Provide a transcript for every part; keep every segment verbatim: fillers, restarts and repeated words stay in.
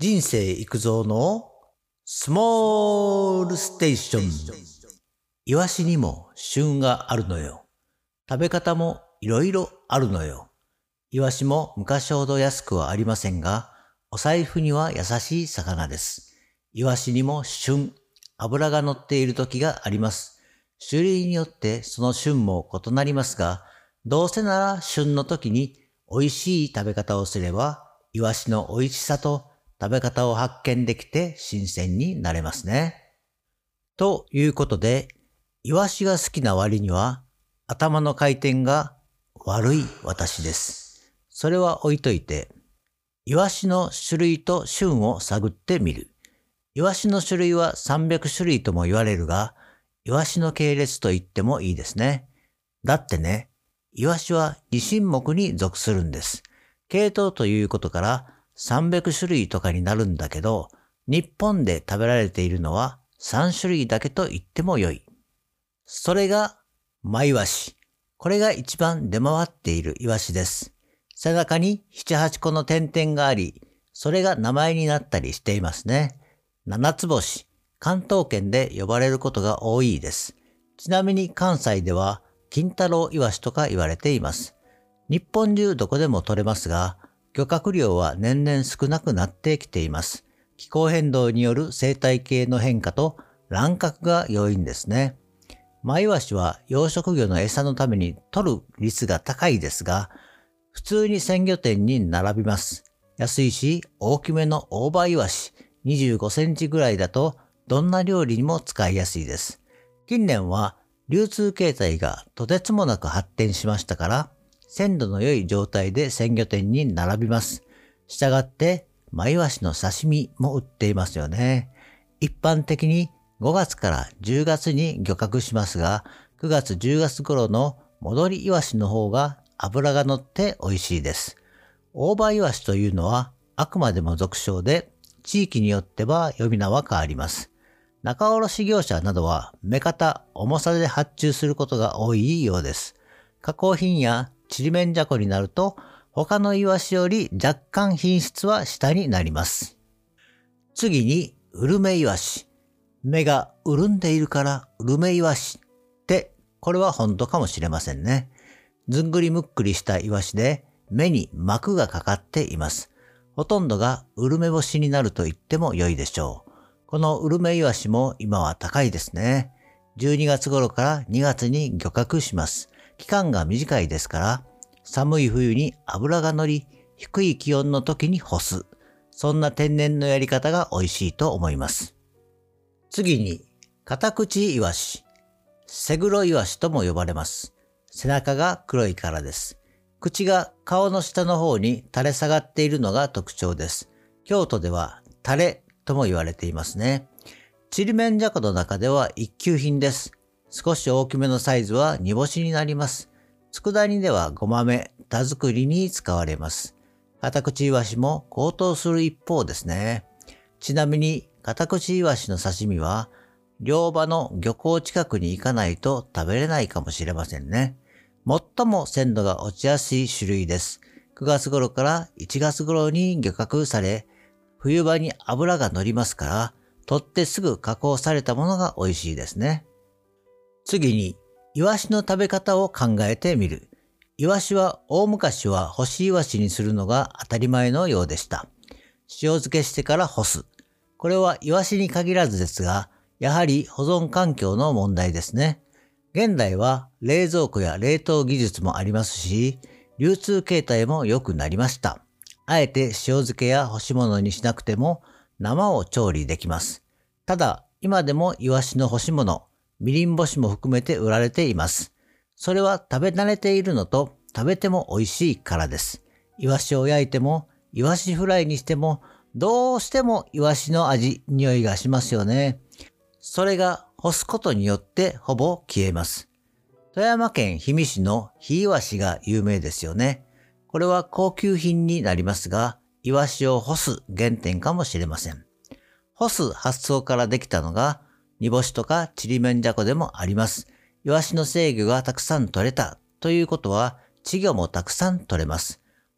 人生育造のスモールステーション。イワシにも旬があるのよ。食べ方もいろいろあるのよ。イワシも昔ほど安くはありませんが、お財布には優しい魚です。イワシにも旬、脂が乗っている時があります。種類によってその旬も異なりますが、どうせなら旬の時に美味しい食べ方をすれば、イワシの美味しさと食べ方を発見できて新鮮になれますね。ということで、イワシが好きな割には頭の回転が悪い私です。それは置いといて、イワシの種類と旬を探ってみる。イワシの種類はさんびゃくしゅるいとも言われるが、イワシの系列と言ってもいいですね。だってね、イワシはにしんもくに属するんです。系統ということからさんびゃくしゅるいとかになるんだけど、日本で食べられているのはさんしゅるいだけと言ってもよい。それがマイワシ。これが一番出回っているイワシです。背中になな、はちこの点々があり、それが名前になったりしていますね。七つ星、関東圏で呼ばれることが多いです。ちなみに関西では金太郎イワシとか言われています。日本中どこでも取れますが、漁獲量は年々少なくなってきています。気候変動による生態系の変化と乱獲が要因ですね。マイワシは養殖魚の餌のために取る率が高いですが、普通に鮮魚店に並びます。安いし大きめの大葉イワシ、にじゅうごセンチぐらいだとどんな料理にも使いやすいです。近年は流通形態がとてつもなく発展しましたから、鮮度の良い状態で鮮魚店に並びます。したがって、マイワシの刺身も売っていますよね。一般的にごがつからじゅうがつに漁獲しますが、くがつじゅうがつ頃の戻りイワシの方が脂が乗って美味しいです。大葉イワシというのはあくまでも俗称で、地域によっては呼び名は変わります。仲卸業者などは目方、重さで発注することが多いようです。加工品やちりめんじゃこになると、他のイワシより若干品質は下になります。次に、ウルメイワシ。目が潤んでいるからウルメイワシって、これは本当かもしれませんね。ずんぐりむっくりしたイワシで、目に膜がかかっています。ほとんどがウルメボシになると言っても良いでしょう。このウルメイワシも今は高いですね。じゅうにがつ頃からにがつに漁獲します。期間が短いですから、寒い冬に脂が乗り、低い気温の時に干す。そんな天然のやり方が美味しいと思います。次に、カタクチイワシ。セグロイワシとも呼ばれます。背中が黒いからです。口が顔の下の方に垂れ下がっているのが特徴です。京都ではタレとも言われていますね。ちりめんじゃこの中では一級品です。少し大きめのサイズは煮干しになります。佃煮ではごまめ、田作りに使われます。カタクチイワシも高騰する一方ですね。ちなみにカタクチイワシの刺身は漁場の漁港近くに行かないと食べれないかもしれませんね。最も鮮度が落ちやすい種類です。くがつ頃からいちがつ頃に漁獲され、冬場に脂が乗りますから、取ってすぐ加工されたものが美味しいですね。次に、イワシの食べ方を考えてみる。イワシは大昔は干しイワシにするのが当たり前のようでした。塩漬けしてから干す。これはイワシに限らずですが、やはり保存環境の問題ですね。現代は冷蔵庫や冷凍技術もありますし、流通形態も良くなりました。あえて塩漬けや干し物にしなくても生を調理できます。ただ、今でもイワシの干し物、みりん干しも含めて売られています。それは食べ慣れているのと食べても美味しいからです。イワシを焼いても、イワシフライにしても、どうしてもイワシの味、匂いがしますよね。それが干すことによってほぼ消えます。富山県氷見市のひいわしが有名ですよね。これは高級品になりますが、イワシを干す原点かもしれません。干す発想からできたのが、煮干しとかちりめんじゃこでもあります。イワシの成魚がたくさん取れたということは、稚魚もたくさん取れます。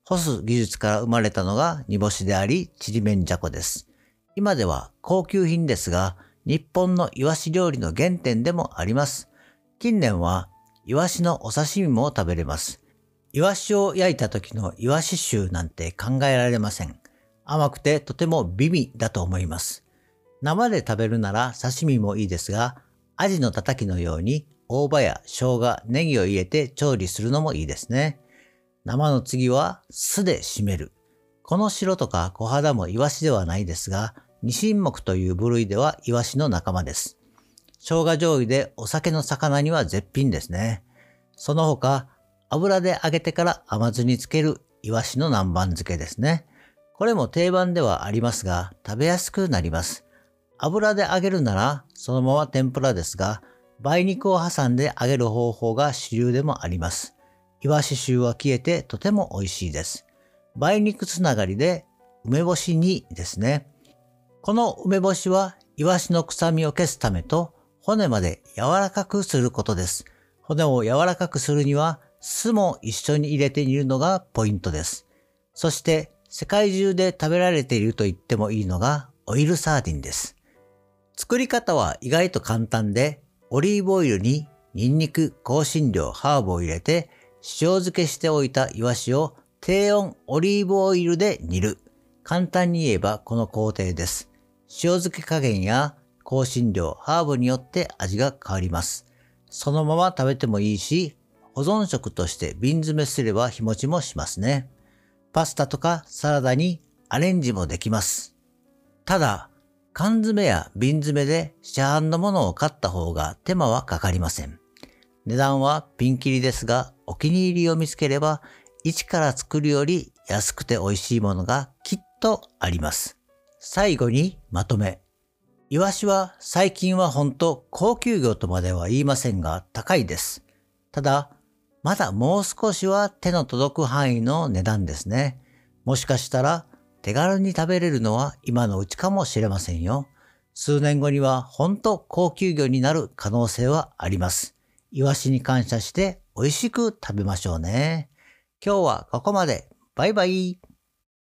干す技術から生まれたのが煮干しであり、ちりめんじゃこです。今では高級品ですが、日本のイワシ料理の原点でもあります。近年はイワシのお刺身も食べれます。イワシを焼いた時のイワシ臭なんて考えられません。甘くてとても美味だと思います。生で食べるなら刺身もいいですが、アジのたたきのように大葉や生姜、ネギを入れて調理するのもいいですね。生の次は酢で締める。この白とか小肌もイワシではないですが、ニシン目という部類ではイワシの仲間です。生姜醤油でお酒の魚には絶品ですね。その他、油で揚げてから甘酢につけるイワシの南蛮漬けですね。これも定番ではありますが、食べやすくなります。油で揚げるならそのまま天ぷらですが、梅肉を挟んで揚げる方法が主流でもあります。イワシ臭は消えてとても美味しいです。梅肉つながりで梅干し煮ですね。この梅干しはイワシの臭みを消すためと骨まで柔らかくすることです。骨を柔らかくするには酢も一緒に入れて煮るのがポイントです。そして世界中で食べられていると言ってもいいのがオイルサーディンです。作り方は意外と簡単で、オリーブオイルにニンニク、香辛料、ハーブを入れて塩漬けしておいたイワシを低温オリーブオイルで煮る。簡単に言えばこの工程です。塩漬け加減や香辛料、ハーブによって味が変わります。そのまま食べてもいいし、保存食として瓶詰めすれば日持ちもしますね。パスタとかサラダにアレンジもできます。ただ、缶詰や瓶詰めで市販のものを買った方が手間はかかりません。値段はピンキリですが、お気に入りを見つければ、一から作るより安くて美味しいものがきっとあります。最後にまとめ。イワシは最近はほんと高級魚とまでは言いませんが高いです。ただ、まだもう少しは手の届く範囲の値段ですね。もしかしたら手軽に食べれるのは今のうちかもしれませんよ。数年後にはほんと高級魚になる可能性はあります。イワシに感謝して美味しく食べましょうね。今日はここまで。バイバイ。